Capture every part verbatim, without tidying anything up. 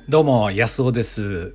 どうも、安尾です。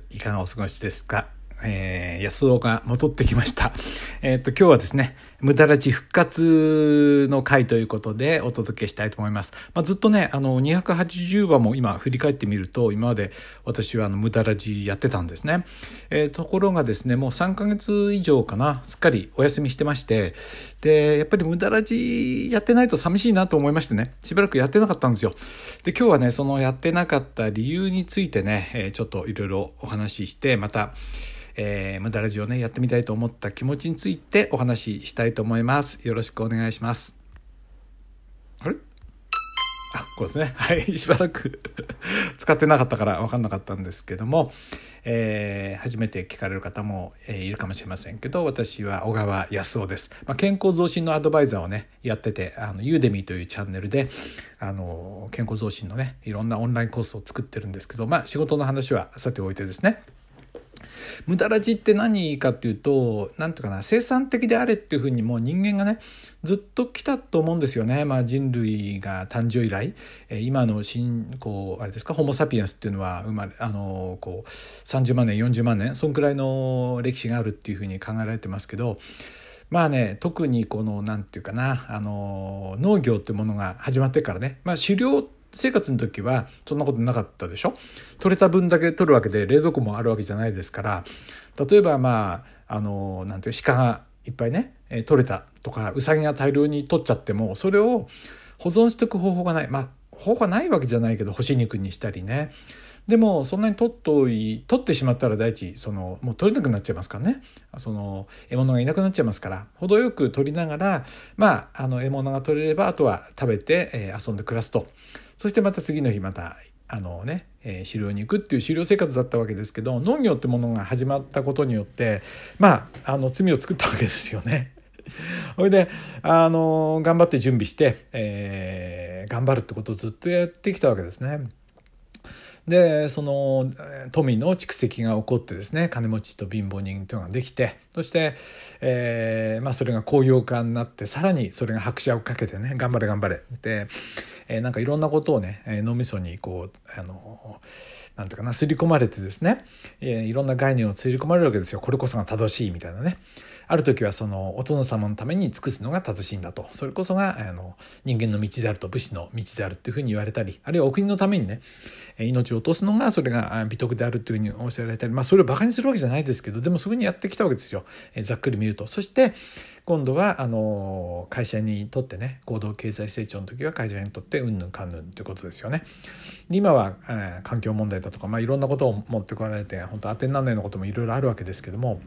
いかがお過ごしですか？えー、安尾が戻ってきました。えー、っと、今日はですね、無駄ラジ復活の回ということでお届けしたいと思います。まあ、ずっとね、あの、にひゃくはちじゅうわも今振り返ってみると、今まで私はあの無駄ラジやってたんですね。えー、ところがですね、もうさんかげつ以上かな、すっかりお休みしてまして、で、やっぱり無駄ラジやってないと寂しいなと思いましてね、しばらくやってなかったんですよ。で、今日はね、そのやってなかった理由についてね、えー、ちょっといろいろお話しして、また、えー、無駄ラジオね、やってみたいと思った気持ちについてお話ししたいと思います。よろしくお願いします。あれあ、こうですね。はい。しばらく使ってなかったから分かんなかったんですけども、えー、初めて聞かれる方も、えー、いるかもしれませんけど、私は小川康夫です。まあ、健康増進のアドバイザーをね、やってて、あの、ユーデミーというチャンネルで、あの、健康増進のね、いろんなオンラインコースを作ってるんですけど、まあ、仕事の話はさておいてですね。無駄ラジって何かっていうと、なんていうかな、生産的であれっていうふうにもう人間がね、ずっと来たと思うんですよね。まあ人類が誕生以来、今の新、こう、あれですか、ホモサピエンスっていうのは生まれ、あの、こう、さんじゅうまんねん、よんじゅうまんねん、そんくらいの歴史があるっていうふうに考えられてますけど、まあね、特にこの、なんていうかな、あの、農業ってものが始まってからね、まあ狩猟生活の時はそんなことなかったでしょ。取れた分だけ取るわけで冷蔵庫もあるわけじゃないですから、例えばまああのなんていう鹿がいっぱいね取れたとか、ウサギが大量に取っちゃってもそれを保存しておく方法がない。まあ方法がないわけじゃないけど、干し肉にしたりね。でもそんなに取っとい取ってしまったら第一そのもう取れなくなっちゃいますからね。その獲物がいなくなっちゃいますから、程よく取りながら、まああの獲物が取れればあとは食べて、えー、遊んで暮らすと。そしてまた次の日またあのね、えー、狩猟に行くっていう狩猟生活だったわけですけど、農業ってものが始まったことによってまああの罪を作ったわけですよね。それであの頑張って準備して、えー、頑張るってことをずっとやってきたわけですね。でその富の蓄積が起こってですね、金持ちと貧乏人というのができて、そして、えーまあ、それが工業化になって、さらにそれが拍車をかけてね、頑張れ頑張れで、えー、なんかいろんなことをね脳みそにこうあのなんていうかな、刷り込まれてですね、えー、いろんな概念を刷り込まれるわけですよ。これこそが正しいみたいなね。ある時はそのお殿様のために尽くすのが正しいんだと、それこそがあの人間の道であると、武士の道であるっていうふうに言われたり、あるいはお国のためにね命を落とすのがそれが美徳であるというふうにおっしゃられたり、まあそれをバカにするわけじゃないですけど、でもそういうふうにやってきたわけですよ、えー、ざっくり見ると。そして今度はあの会社にとってね、高度経済成長の時は会社にとってうんぬんかんぬんということですよね。で今は、えー、環境問題だとか、まあ、いろんなことを持ってこられて、本当当てにならないようなこともいろいろあるわけですけども、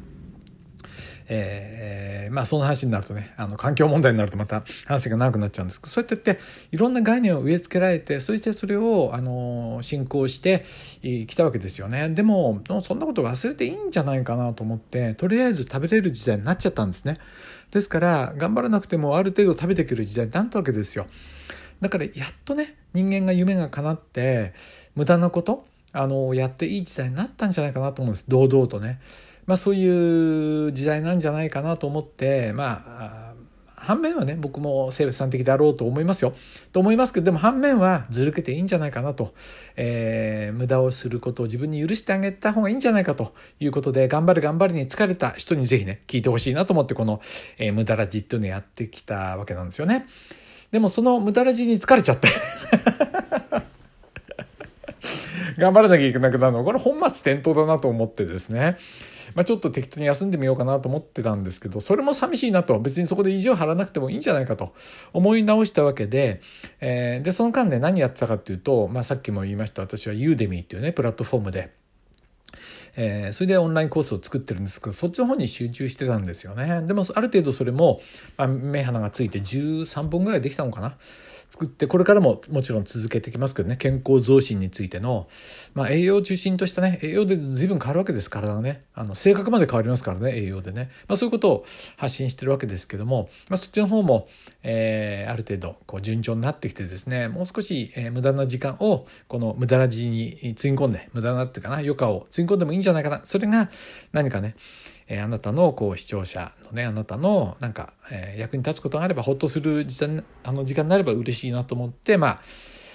えー、まあその話になるとね、あの環境問題になるとまた話が長くなっちゃうんですけど、そうやって言っていろんな概念を植え付けられて、そしてそれをあの進行してきたわけですよね。でもそんなこと忘れていいんじゃないかなと思って、とりあえず食べれる時代になっちゃったんですね。ですから頑張らなくてもある程度食べてくる時代になったわけですよ。だからやっとね、人間が夢が叶って無駄なことあのやっていい時代になったんじゃないかなと思うんです。堂々とね、まあ、そういう時代なんじゃないかなと思って、まあ反面はね、僕も生産的であろうと思いますよと思いますけど、でも反面はずるけていいんじゃないかなと、えー、無駄をすることを自分に許してあげた方がいいんじゃないかということで、頑張る頑張りに疲れた人にぜひね聞いてほしいなと思って、この、えー、無駄ラジっていうのをやってきたわけなんですよね。でもその無駄ラジに疲れちゃって頑張らなきゃいけなくなるの、これ本末転倒だなと思ってですね、まあ、ちょっと適当に休んでみようかなと思ってたんですけど、それも寂しいなと、別にそこで意地を張らなくてもいいんじゃないかと思い直したわけで、えー、でその間ね何やってたかっていうと、まあ、さっきも言いました、私はユーデミーっていうねプラットフォームで、えー、それでオンラインコースを作ってるんですけど、そっちの方に集中してたんですよね。でもある程度それも、まあ、目鼻がついてじゅうさんぼんぐらいできたのかな、作って、これからももちろん続けてきますけどね、健康増進についての、まあ、栄養を中心としたね、栄養で随分変わるわけです、体がね。あの性格まで変わりますからね、栄養でね。まあ、そういうことを発信してるわけですけども、まあ、そっちの方も、えー、ある程度こう順調になってきてですね、もう少し、えー、無駄な時間をこの無駄な時につぎ込んで、無駄なっていうかな、余暇をつぎ込んでもいいんじゃないかな。それが何かね、えー、あなたのこう視聴者のね、あなたのなんか、えー、役に立つことがあれば、ほっとする時間、あの時間になれば嬉しいなと思って、まあ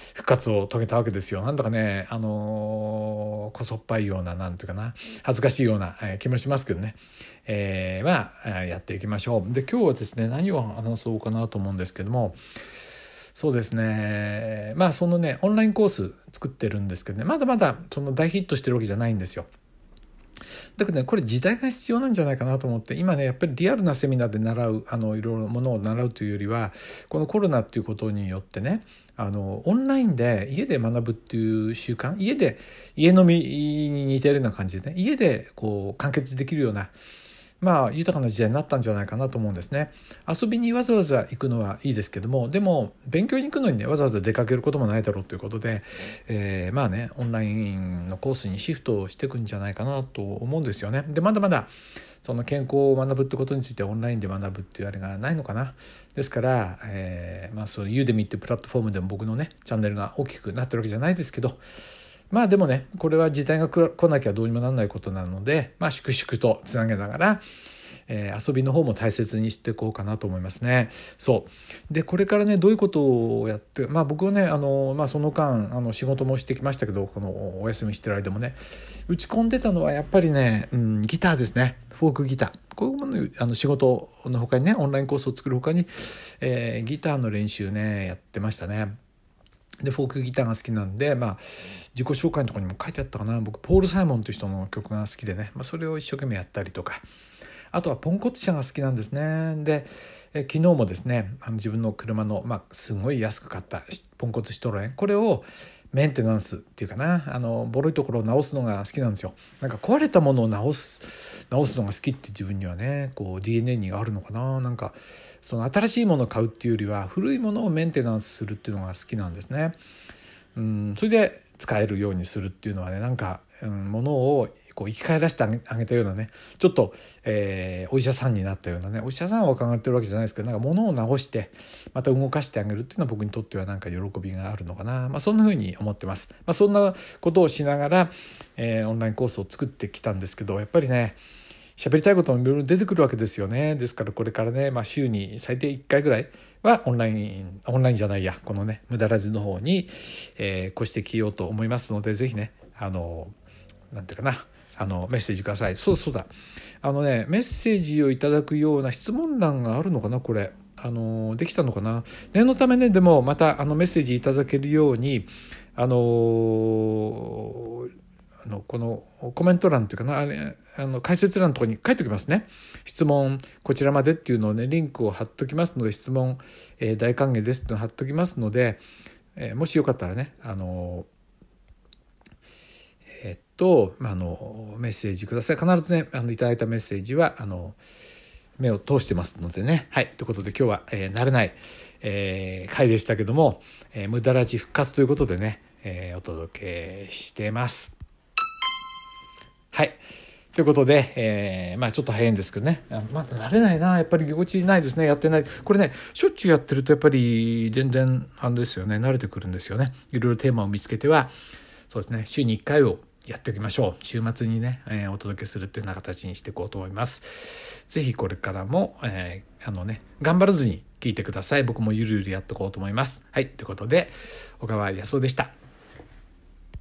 復活を遂げたわけですよ。なんだかね、あのー、こそっぱいような、なんていうかな、恥ずかしいような、えー、気もしますけどね。えー、まあ、やっていきましょう。で、今日はですね、何を話そうかなと思うんですけども、そうですね、まあ、そのね、オンラインコース作ってるんですけどね、まだまだその大ヒットしてるわけじゃないんですよ。だけどね、これ時代が必要なんじゃないかなと思って、今ね、やっぱりリアルなセミナーで習う、あのいろいろものを習うというよりは、このコロナっていうことによってね、あのオンラインで家で学ぶっていう習慣、家で家飲みに似てるような感じでね、家でこう完結できるような、まあ豊かな時代になったんじゃないかなと思うんですね。遊びにわざわざ行くのはいいですけども、でも勉強に行くのにね、わざわざ出かけることもないだろうということで、えー、まあね、オンラインのコースにシフトしていくんじゃないかなと思うんですよね。で、まだまだその健康を学ぶってことについてオンラインで学ぶっていうあれがないのかな。ですから、えー、まあそうユーデミっていうプラットフォームでも僕のねチャンネルが大きくなってるわけじゃないですけど、まあでもね、これは時代が来なきゃどうにもならないことなので、まあ粛々とつなげながら、えー、遊びの方も大切にしていこうかなと思いますね。そうで、これからね、どういうことをやって、まあ僕はね、あの、まあ、その間あの仕事もしてきましたけど、このお休みしてる間もね、打ち込んでたのはやっぱりね、うん、ギターですね。フォークギター、こういうもの、あの仕事の他にね、オンラインコースを作る他に、えー、ギターの練習ねやってましたね。でフォークギターが好きなんで、まあ、自己紹介のところにも書いてあったかな、僕ポール・サイモンという人の曲が好きでね、まあ、それを一生懸命やったりとか、あとはポンコツ車が好きなんですね。でえ昨日もですね、あの自分の車の、まあ、すごい安く買ったポンコツシトロエン、これをメンテナンスっていうかな、あのボロいところを直すのが好きなんですよ。なんか壊れたものを直す直すのが好きって自分にはね、こう ディーエヌエー にあるのかな。なんかその新しいものを買うっていうよりは古いものをメンテナンスするっていうのが好きなんですね。うん、それで使えるようにするっていうのはね、なんか、うん、ものをこう生き返らせてあげたようなね、ちょっと、えー、お医者さんになったようなね、お医者さんは考えてるわけじゃないですけど、なんか物を直してまた動かしてあげるっていうのは僕にとってはなんか喜びがあるのかな。まあそんな風に思ってます。まあそんなことをしながら、えー、オンラインコースを作ってきたんですけど、やっぱりね、喋りたいこともいろいろ出てくるわけですよね。ですからこれからね、まあ、週に最低いっかいぐらいはオンラインオンラインじゃないやこのね無駄ラジの方に、えー、越してきようと思いますので、ぜひね、あのなんていうかな、あのメッセージください。そうそうだ、あのね、メッセージをいただくような質問欄があるのかな、これあのできたのかな。念のためね、でもまたあのメッセージいただけるように、あのあのこのコメント欄というかな、あれあの解説欄のところに書いておきますね。質問こちらまでっていうのをね、リンクを貼っときますので、質問、えー、大歓迎ですってのを貼っときますので、えー、もしよかったらね、あのえー、っとあのメッセージください。必ずね、あのいただいたメッセージはあの目を通してますのでね。はい、ということで今日は、えー、慣れない、えー、回でしたけども、えー、無駄ラジ復活ということでね、えー、お届けしてます。はい。ということで、えー、まあちょっと早いんですけどね。まだ慣れないな。やっぱりぎこちないですね。やってない。これね、しょっちゅうやってるとやっぱり全然、あれですよね。慣れてくるんですよね。いろいろテーマを見つけては、そうですね。週にいっかいをやっておきましょう。週末にね、えー、お届けするっていうような形にしていこうと思います。ぜひこれからも、えー、あのね、頑張らずに聞いてください。僕もゆるゆるやっていこうと思います。はい。ということで、小川康夫でした。